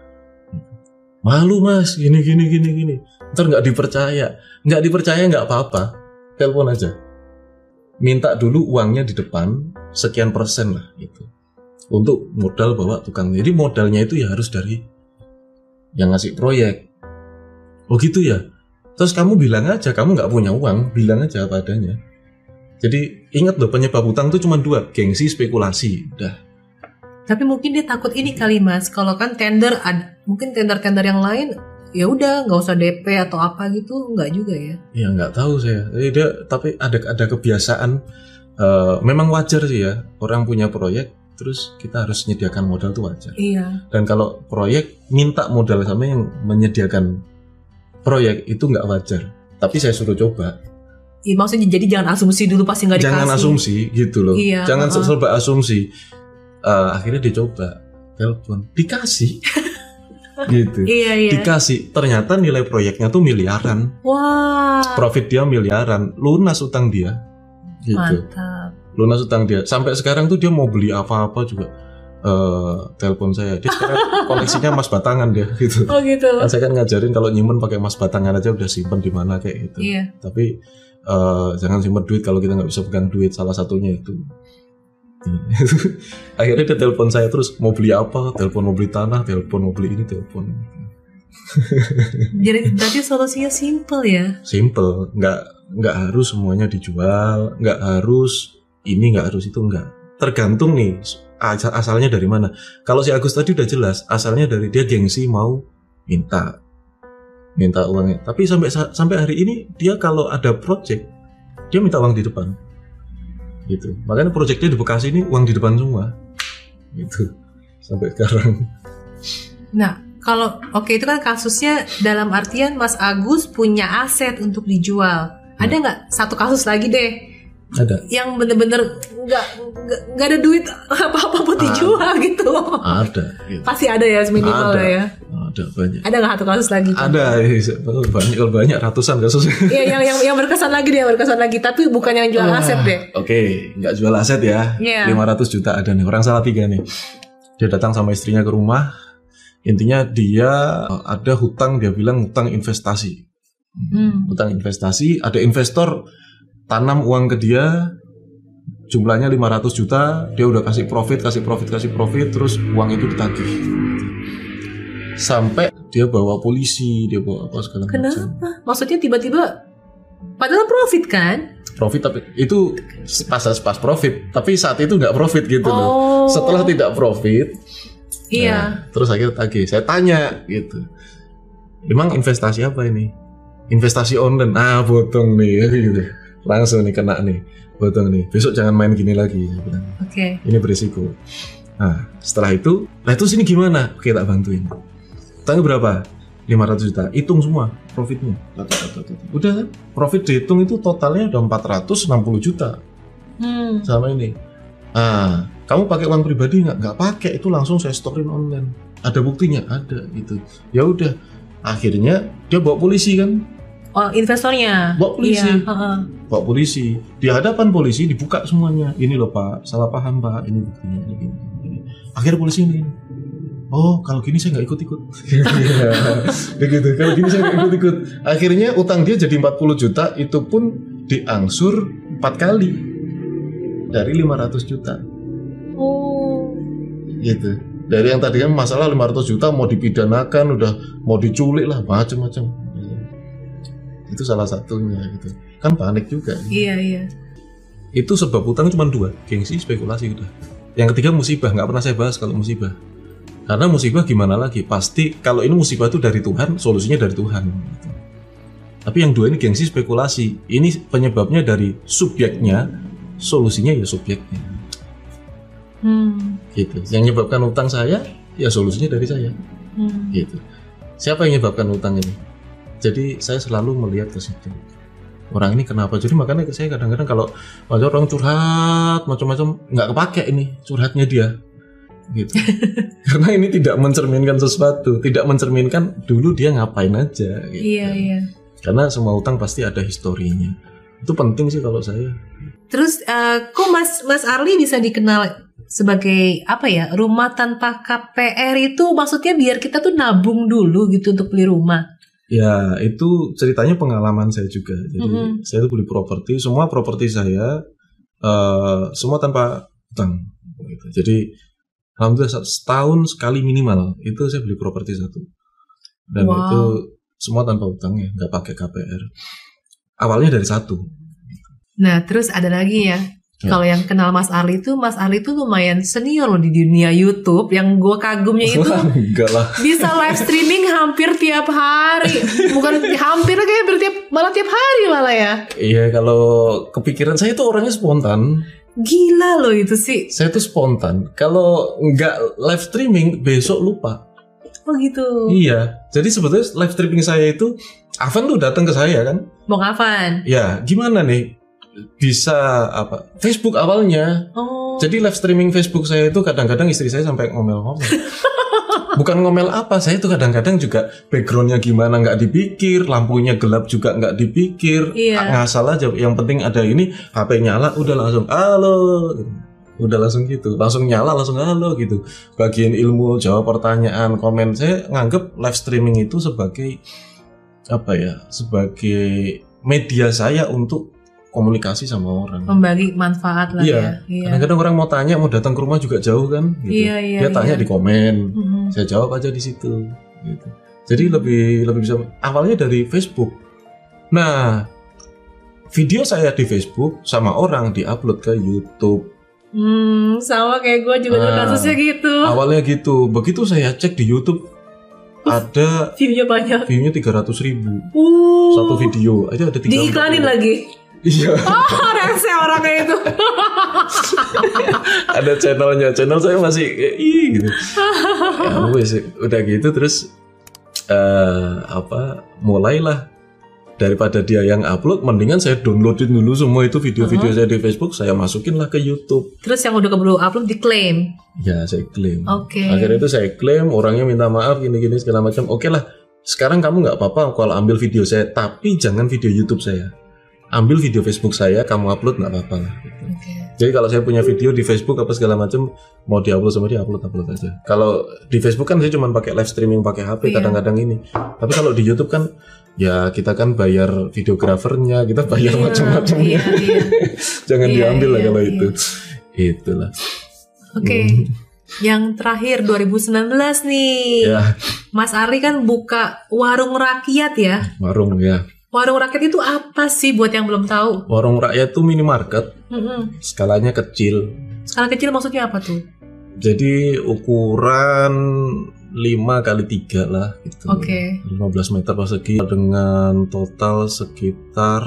Malu Mas, gini. Ntar nggak dipercaya nggak apa-apa, telepon aja. Minta dulu uangnya di depan sekian persen lah gitu untuk modal bawa tukang. Jadi modalnya itu ya harus dari yang ngasih proyek. Oh gitu ya. Terus kamu bilang aja kamu nggak punya uang, bilang aja apa adanya. Jadi ingat loh, penyebab hutang itu cuma 2, gengsi, spekulasi. Udah. Tapi mungkin dia takut ini kali Mas, kalau kan tender ada, mungkin tender-tender yang lain ya udah nggak usah DP atau apa gitu, nggak juga ya? Ya nggak tahu saya. Tapi ada kebiasaan. Memang wajar sih ya, orang punya proyek terus kita harus menyediakan modal tuh wajar. Iya. Dan kalau proyek minta modal sama yang menyediakan proyek itu nggak wajar. Tapi saya suruh coba. Iya, maksudnya jadi jangan asumsi dulu pasti nggak dikasih. Jangan asumsi gitu loh. Iya, jangan serba asumsi. Akhirnya dicoba, telepon, dikasih. gitu. Iya. Dikasih, ternyata nilai proyeknya tuh miliaran. Wah. Profit dia miliaran, lunas utang dia. Gitu. Mantap. Lunas utang dia. Sampai sekarang tuh dia mau beli apa-apa juga telepon saya. Dia sekarang koleksinya emas batangan dia gitu. Oh gitu. Kan saya kan ngajarin kalau nyimpen pakai emas batangan aja udah simpen di mana kayak gitu. Iya. Tapi jangan simpen duit kalau kita nggak bisa pegang duit, salah satunya itu. Akhirnya dia telepon saya terus, mau beli apa, telepon mau beli tanah, telepon mau beli ini, telepon. Jadi berarti solusinya simple ya? Simple, nggak harus semuanya dijual, nggak harus ini, nggak harus itu, nggak. Tergantung nih asalnya dari mana. Kalau si Agus tadi udah jelas, asalnya dari dia gengsi mau minta uangnya. Tapi sampai hari ini dia kalau ada project dia minta uang di depan. Gitu. Makanya proyeknya di Bekasi ini uang di depan semua. Gitu. Sampai sekarang. Nah, kalau itu kan kasusnya dalam artian Mas Agus punya aset untuk dijual. Ada nggak satu kasus lagi deh? Ada. Yang bener-bener nggak ada duit apa-apa buat dijual gitu. Ada. Gitu. Pasti ada ya minimal ya. Ada banyak. Ada nggak satu kasus lagi? Ada, banyak ratusan kasus. Iya, yang berkesan lagi. Tapi bukan yang jual aset deh. Oke, nggak jual aset ya. Yeah. 500 juta ada nih. Orang Salatiga nih. Dia datang sama istrinya ke rumah. Intinya dia ada hutang, dia bilang hutang investasi. Hutang investasi, ada investor tanam uang ke dia. Jumlahnya 500 juta, dia udah kasih profit, terus uang itu ditagih. Sampai dia bawa polisi, dia bawa apa segala macam. Kenapa? Maksudnya tiba-tiba padahal profit kan? Profit, tapi itu pas profit, tapi saat itu nggak profit gitu loh. Setelah tidak profit, iya. Nah, terus akhirnya tagih. Saya tanya gitu, emang investasi apa ini? Investasi online. Bodong nih gitu. Langsung nih kena nih, bodong nih. Besok jangan main gini lagi. Oke. Ini berisiko. Nah, setelah itu, terus ini gimana? Oke, tak bantuin. Tanya berapa? 500 juta. Hitung semua profitnya. Udah kan? Profit dihitung itu totalnya udah 460 juta. Sama ini. Kamu pakai uang pribadi nggak? Nggak pakai, itu langsung saya storin online. Ada buktinya? Ada gitu. Ya udah. Akhirnya dia bawa polisi kan? Oh, investornya. Bawa polisi. Iya, Bawa polisi. Di hadapan polisi dibuka semuanya. Ini loh Pak, salah paham Pak. Ini buktinya. Ini. Akhirnya polisi ini. Oh, kalau gini saya nggak ikut-ikut. Begitu. Kalau gini saya nggak ikut-ikut. Akhirnya utang dia jadi 40 juta. Itu pun diangsur 4 kali dari 500 juta. Oh. Gitu. Dari yang tadi kan masalah 500 juta mau dipidanakan, udah mau diculik lah, macam-macam. Itu salah satunya gitu. Kan panik juga. Iya. Itu sebab utang cuma 2, gengsi, spekulasi udah. Yang ketiga musibah, nggak pernah saya bahas kalau musibah. Karena musibah gimana lagi? Pasti kalau ini musibah itu dari Tuhan, solusinya dari Tuhan. Gitu. Tapi yang 2 ini gengsi, spekulasi. Ini penyebabnya dari subjeknya, solusinya ya subjeknya. Gitu. Yang menyebabkan utang saya, ya solusinya dari saya. Gitu. Siapa yang menyebabkan utang ini? Jadi saya selalu melihat ke situ. Orang ini kenapa? Jadi makanya saya kadang-kadang kalau orang curhat macam-macam nggak kepake ini curhatnya dia. Gitu. Karena ini tidak mencerminkan sesuatu, tidak mencerminkan dulu dia ngapain aja. Gitu. Iya. Karena semua utang pasti ada historinya. Itu penting sih kalau saya. Terus kok Mas Arli bisa dikenal sebagai apa ya, rumah tanpa KPR itu maksudnya biar kita tuh nabung dulu gitu untuk beli rumah? Ya itu ceritanya pengalaman saya juga. Jadi saya tuh beli properti, semua properti saya semua tanpa utang. Gitu. Jadi alhamdulillah setahun sekali minimal itu saya beli properti satu. Dan itu semua tanpa utang ya, nggak pakai KPR. Awalnya dari satu. Nah terus ada lagi ya. Kalau yang kenal Mas Arli itu lumayan senior loh di dunia YouTube. Yang gue kagumnya itu bisa live streaming hampir tiap hari. Bukan hampir, kayak malah tiap hari malah ya. Iya, kalau kepikiran saya itu orangnya spontan. Gila loh itu sih. Saya tuh spontan. Kalau nggak live streaming besok lupa. Oh gitu. Iya. Jadi sebetulnya live streaming saya itu Avan tuh datang ke saya kan. Bang Avan. Ya gimana nih? Bisa apa? Facebook awalnya. Oh. Jadi live streaming Facebook saya itu kadang-kadang istri saya sampai ngomel-ngomel. Bukan ngomel apa, saya tuh kadang-kadang juga backgroundnya gimana nggak dipikir, lampunya gelap juga nggak dipikir, ngasal aja. Yang penting ada ini, HP nyala, udah langsung halo, udah langsung gitu, langsung nyala, langsung halo gitu. Bagian ilmu, jawab pertanyaan, komen. Saya nganggep live streaming itu sebagai apa ya, sebagai media saya untuk komunikasi sama orang, membagi manfaat lah ya. Kadang-kadang orang mau tanya, mau datang ke rumah juga jauh kan, gitu. Dia tanya di komen, saya jawab aja di situ, gitu. Jadi lebih bisa. Awalnya dari Facebook. Nah, video saya di Facebook sama orang diupload ke YouTube. Sama kayak gue juga kasusnya gitu. Awalnya gitu. Begitu saya cek di YouTube, ada view-nya banyak. View-nya 300.000. Satu video aja ada 3. Diiklanin lagi. Iya. Rese orangnya itu. Ada channel saya masih gitu. Ya wes, udah gitu terus mulailah, daripada dia yang upload, mendingan saya downloadin dulu semua itu video-video saya di Facebook, saya masukin lah ke YouTube. Terus yang udah keburu upload diklaim? Ya, saya klaim. Oke. Akhirnya itu saya klaim, orangnya minta maaf gini-gini segala macam. Oke lah, sekarang kamu nggak apa-apa kalau ambil video saya, tapi jangan video YouTube saya. Ambil video Facebook saya, kamu upload nggak apa-apa lah. Gitu. Jadi kalau saya punya video di Facebook apa segala macam, mau diupload sama dia upload aja. Kalau di Facebook kan saya cuma pakai live streaming pakai HP kadang-kadang ini. Tapi kalau di YouTube kan ya kita kan bayar videografernya, kita bayar macam-macamnya. Jangan diambil lah kalau itu. Itulah. Oke. Yang terakhir 2019 nih. Ya. Mas Arli kan buka warung rakyat ya. Warung ya. Warung rakyat itu apa sih buat yang belum tahu? Warung rakyat itu minimarket. Skalanya kecil. Skala kecil maksudnya apa tuh? Jadi ukuran 5x3 lah gitu. 15 meter persegi dengan total sekitar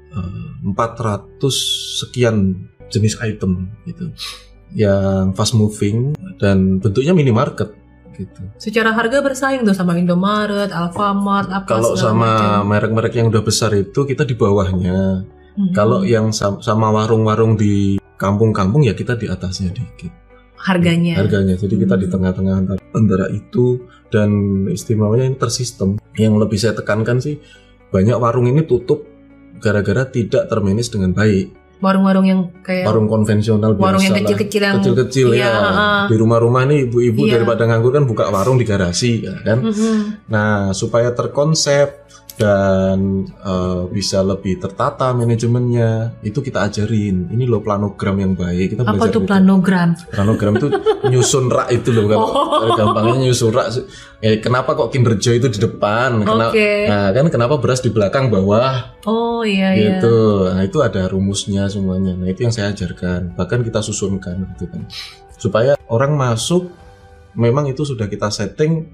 400 sekian jenis item gitu. Yang fast moving dan bentuknya minimarket gitu. Secara harga bersaing tuh sama Indomaret, Alfamart, apa? Kalau sama merek-merek yang udah besar itu kita di bawahnya. Kalau yang sama warung-warung di kampung-kampung ya kita di atasnya dikit. Harganya. Jadi kita di tengah-tengah antara itu, dan istimewanya ini tersistem. Yang lebih saya tekankan sih, banyak warung ini tutup gara-gara tidak termanage dengan baik. Warung-warung yang kayak warung konvensional biasa, warung yang kecil-kecil ya. Di rumah-rumah nih ibu-ibu daripada nganggur kan buka warung di garasi ya kan. Nah, supaya terkonsep dan bisa lebih tertata manajemennya, itu kita ajarin. Ini loh planogram yang baik. Kita apa tuh planogram? Planogram itu nyusun rak itu loh, kalau gampangnya nyusun rak. Kenapa kok Kinder Joy itu di depan? Nah kan kenapa beras di belakang bawah? Oh iya gitu. Nah itu ada rumusnya semuanya. Nah itu yang saya ajarkan. Bahkan kita susunkan gitu kan. Supaya orang masuk, memang itu sudah kita setting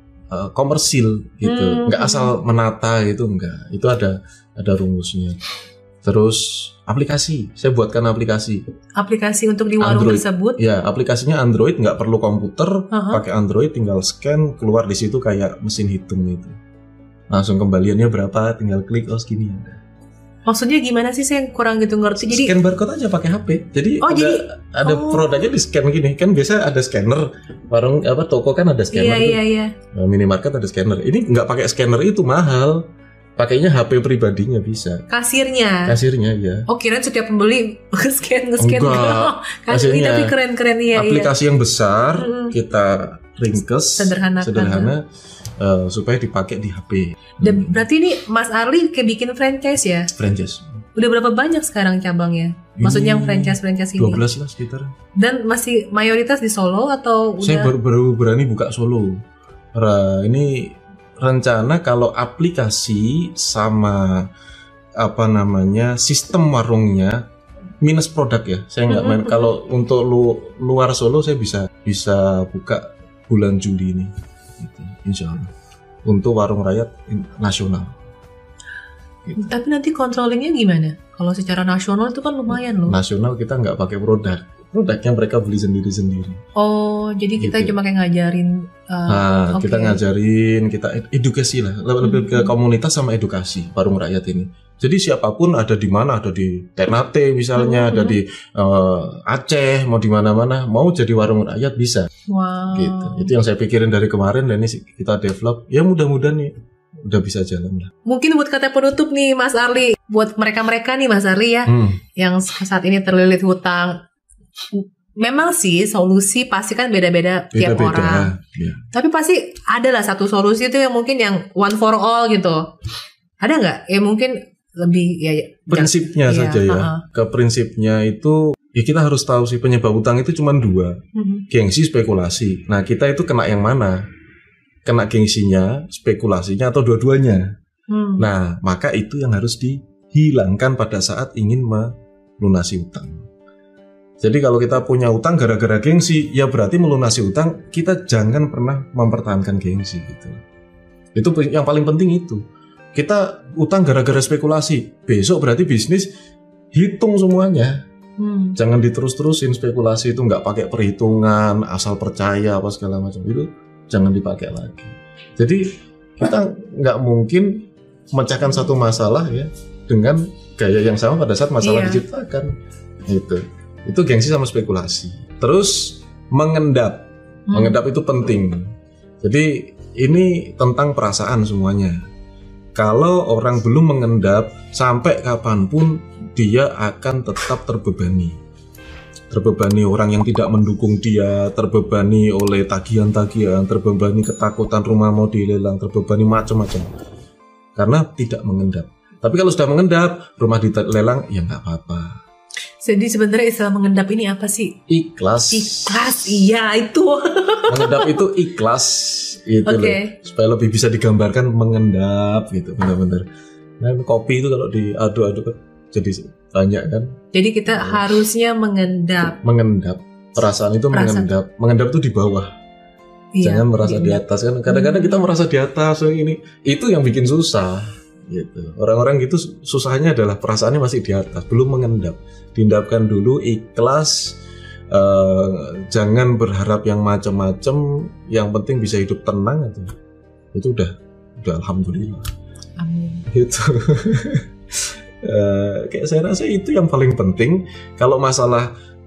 komersil gitu. Nggak asal menata gitu, enggak. Itu ada rumusnya. Terus aplikasi, saya buatkan aplikasi untuk di warung Android tersebut. Ya, aplikasinya Android, nggak perlu komputer, pakai Android, tinggal scan, keluar di situ kayak mesin hitung gitu. Langsung kembaliannya berapa, tinggal klik, oh segini ada. Maksudnya gimana sih, saya kurang gitu ngerti. Jadi scan barcode aja pakai HP. Jadi ada produknya di scan gini. Kan biasa ada scanner, warung toko kan ada scanner. Iya. Nah, minimarket ada scanner. Ini nggak pakai scanner, itu mahal. Pakainya HP pribadinya bisa. Kasirnya ya. Oh, kirain setiap pembeli nge-scan. Kasirnya tapi keren ya. Aplikasi yang besar, kita ringkes, sederhana. Supaya dipakai di HP. Dan berarti ini Mas Arli kayak bikin franchise ya? Franchise. Udah berapa banyak sekarang cabangnya? Maksudnya yang franchise ini? 12 lah sekitar. Dan masih mayoritas di Solo atau udah? Saya baru berani buka Solo. Ini rencana kalau aplikasi sama sistem warungnya minus produk ya. Saya nggak main. Kalau untuk luar Solo saya bisa buka bulan Juli ini. Gitu, insya Allah untuk warung rakyat nasional. Gitu. Tapi nanti controllingnya gimana? Kalau secara nasional itu kan lumayan loh. Nasional kita nggak pakai produknya mereka beli sendiri. Oh, jadi kita gitu. Cuma kayak ngajarin. Kita ngajarin, kita edukasi lah, lebih ke komunitas sama edukasi warung rakyat ini. Jadi siapapun ada di mana, ada di Ternate misalnya, ada di Aceh, mau di mana-mana, mau jadi warung rakyat bisa. Wow. Gitu. Itu yang saya pikirin dari kemarin dan ini kita develop. Ya mudah-mudahan nih udah bisa jalan lah. Mungkin buat kata penutup nih Mas Arli, buat mereka-mereka nih Mas Arli ya, yang saat ini terlilit hutang. Memang sih solusi pasti kan beda-beda tiap orang. Ya. Tapi pasti ada lah satu solusi itu yang mungkin yang one for all gitu. Ada nggak? Ya mungkin lebih ya prinsipnya saja ya. Ke prinsipnya itu ya kita harus tahu sih penyebab utang itu cuma 2. Gengsi, spekulasi. Nah, kita itu kena yang mana? Kena gengsinya, spekulasinya atau dua-duanya. Nah, maka itu yang harus dihilangkan pada saat ingin melunasi utang. Jadi kalau kita punya utang gara-gara gengsi, ya berarti melunasi utang kita jangan pernah mempertahankan gengsi gitu. Itu yang paling penting itu. Kita utang gara-gara spekulasi, besok berarti bisnis hitung semuanya. Jangan diterus-terusin spekulasi itu, nggak pakai perhitungan, asal percaya apa segala macam itu jangan dipakai lagi. Jadi kita nggak mungkin memecahkan satu masalah ya dengan gaya yang sama pada saat masalah diciptakan. Itu gengsi sama spekulasi. Terus mengendap. Mengendap itu penting. Jadi ini tentang perasaan semuanya. Kalau orang belum mengendap, sampai kapanpun dia akan tetap terbebani. Terbebani orang yang tidak mendukung dia, terbebani oleh tagihan-tagihan, terbebani ketakutan rumah mau dilelang, terbebani macam-macam. Karena tidak mengendap. Tapi kalau sudah mengendap, rumah dilelang, ya nggak apa-apa. Jadi sebenarnya istilah mengendap ini apa sih? Ikhlas. Ikhlas, iya itu. Mengendap itu ikhlas, itu loh. Supaya lebih bisa digambarkan mengendap gitu, benar-benar. Nah, kopi itu kalau diaduk-aduk jadi banyak kan. Jadi kita harusnya mengendap. Mengendap. Perasaan itu mengendap. Mengendap itu di bawah. Jangan merasa di atas kan. Kadang-kadang kita merasa di atas ini. Itu yang bikin susah. Gitu. Orang-orang gitu susahnya adalah perasaannya masih di atas, belum mengendap. Diendapkan dulu, ikhlas, jangan berharap yang macam-macam, yang penting bisa hidup tenang aja. Itu udah alhamdulillah. Amin. Gitu. Kayak saya rasa itu yang paling penting. Kalau masalah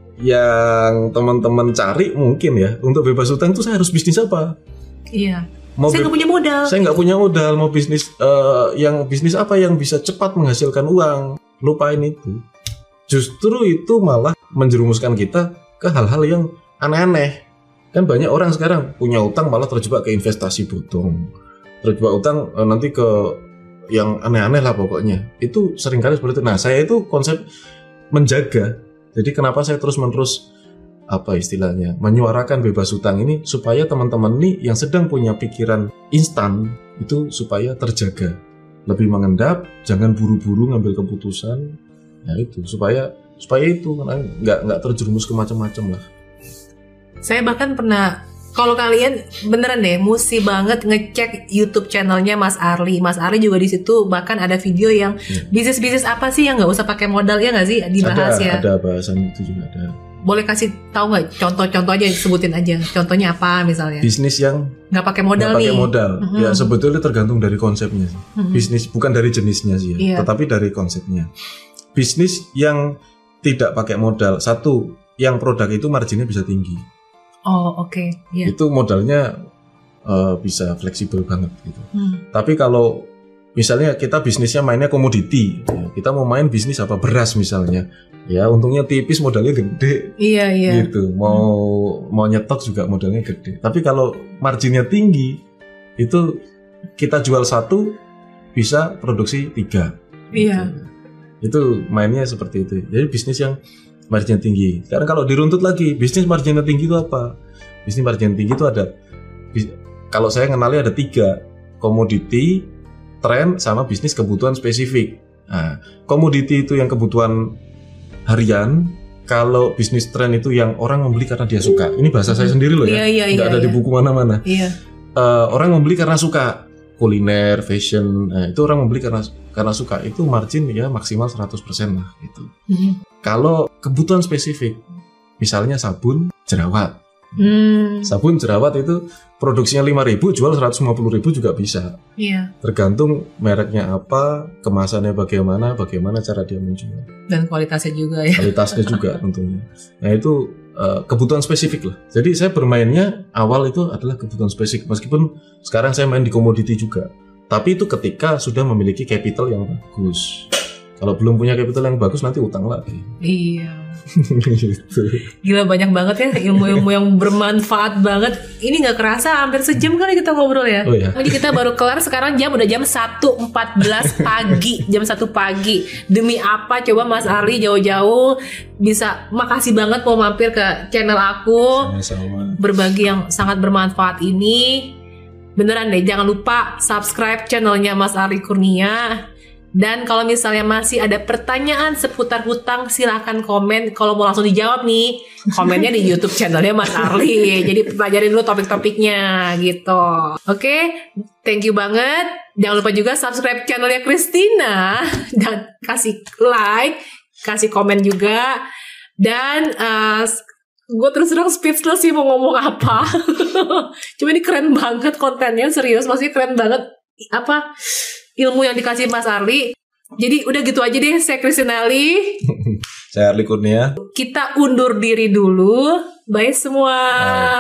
yang teman-teman cari mungkin ya, untuk bebas hutang itu saya harus bisnis apa? Iya. Saya nggak punya modal. Saya nggak punya modal. Mau bisnis yang bisnis apa yang bisa cepat menghasilkan uang? Lupain itu. Justru itu malah menjerumuskan kita ke hal-hal yang aneh-aneh. Kan banyak orang sekarang punya utang malah terjebak ke investasi bodong, terjebak utang nanti ke yang aneh-aneh lah pokoknya. Itu seringkali seperti itu. Nah, saya itu konsep menjaga. Jadi kenapa saya terus-menerus apa istilahnya menyuarakan bebas hutang ini supaya teman-teman nih yang sedang punya pikiran instan itu supaya terjaga, lebih mengendap, jangan buru-buru ngambil keputusan. Nah itu supaya itu nggak terjerumus ke macam-macam lah. Saya bahkan pernah, kalau kalian beneran deh mesti banget ngecek YouTube channelnya Mas Arli. Mas Arli juga di situ bahkan ada video yang bisnis apa sih yang nggak usah pakai modal, ya nggak sih, dibahas ya. Ada bahasan itu juga ada. Boleh kasih tahu nggak contoh-contoh aja, sebutin aja contohnya apa misalnya? Bisnis yang nggak pakai modal nih. Ya sebetulnya tergantung dari konsepnya sih. Bisnis bukan dari jenisnya sih ya, tetapi dari konsepnya. Bisnis yang tidak pakai modal, satu, yang produk itu marginnya bisa tinggi. Oh oke. Yeah. Itu modalnya bisa fleksibel banget gitu. Tapi kalau misalnya kita bisnisnya mainnya komoditi, ya, kita mau main bisnis apa, beras misalnya. Ya untungnya tipis, modalnya gede. Iya. Gitu. Mau nyetok juga modalnya gede. Tapi kalau marginnya tinggi, itu kita jual 1 bisa produksi 3. Iya. Gitu. Itu mainnya seperti itu. Jadi bisnis yang marginnya tinggi. Sekarang kalau diruntut lagi, bisnis marginnya tinggi itu apa? Bisnis marginnya tinggi itu ada, kalau saya kenali ada 3, komoditi, tren, sama bisnis kebutuhan spesifik. Nah, komoditi itu yang kebutuhan harian, kalau bisnis tren itu yang orang membeli karena dia suka. Ini bahasa saya sendiri loh ya, nggak ada di buku mana-mana. Orang membeli karena suka, kuliner, fashion, nah, itu orang membeli karena suka. Itu margin ya maksimal 100% lah gitu. Kalau kebutuhan spesifik, misalnya sabun, jerawat, Sabun jerawat itu produksinya 5.000, jual 150.000 juga bisa. Iya. Tergantung mereknya apa, kemasannya bagaimana cara dia menjual. Dan kualitasnya juga ya. Kualitasnya juga tentunya. Nah itu kebutuhan spesifik lah. Jadi saya bermainnya awal itu adalah kebutuhan spesifik. Meskipun sekarang saya main di komoditi juga. Tapi itu ketika sudah memiliki capital yang bagus. Kalau belum punya capital yang bagus nanti utang lagi. Iya. Gitu. Gila banyak banget ya ilmu-ilmu yang bermanfaat banget. Ini nggak kerasa hampir sejam kali kita ngobrol ya. Oh, iya. Jadi kita baru kelar sekarang udah jam 1.14 pagi. Jam 1 pagi. Demi apa coba Mas Arli jauh-jauh bisa, makasih banget mau mampir ke channel aku. Sama-sama. Berbagi yang sangat bermanfaat ini. Beneran deh, jangan lupa subscribe channelnya Mas Arli Kurnia. Dan kalau misalnya masih ada pertanyaan seputar hutang, silahkan komen. Kalau mau langsung dijawab nih, komennya di YouTube channelnya Mas Arli. Jadi pelajarin dulu topik-topiknya gitu. Oke, thank you banget. Jangan lupa juga subscribe channelnya Christina dan kasih like, kasih komen juga. Dan gue terus terang speechless sih mau ngomong apa. Cuma ini keren banget kontennya, serius, maksudnya keren banget apa ilmu yang dikasih Mas Arli. Jadi udah gitu aja deh, saya Christina Ali. Saya Arli Kurnia. Kita undur diri dulu. Bye semua.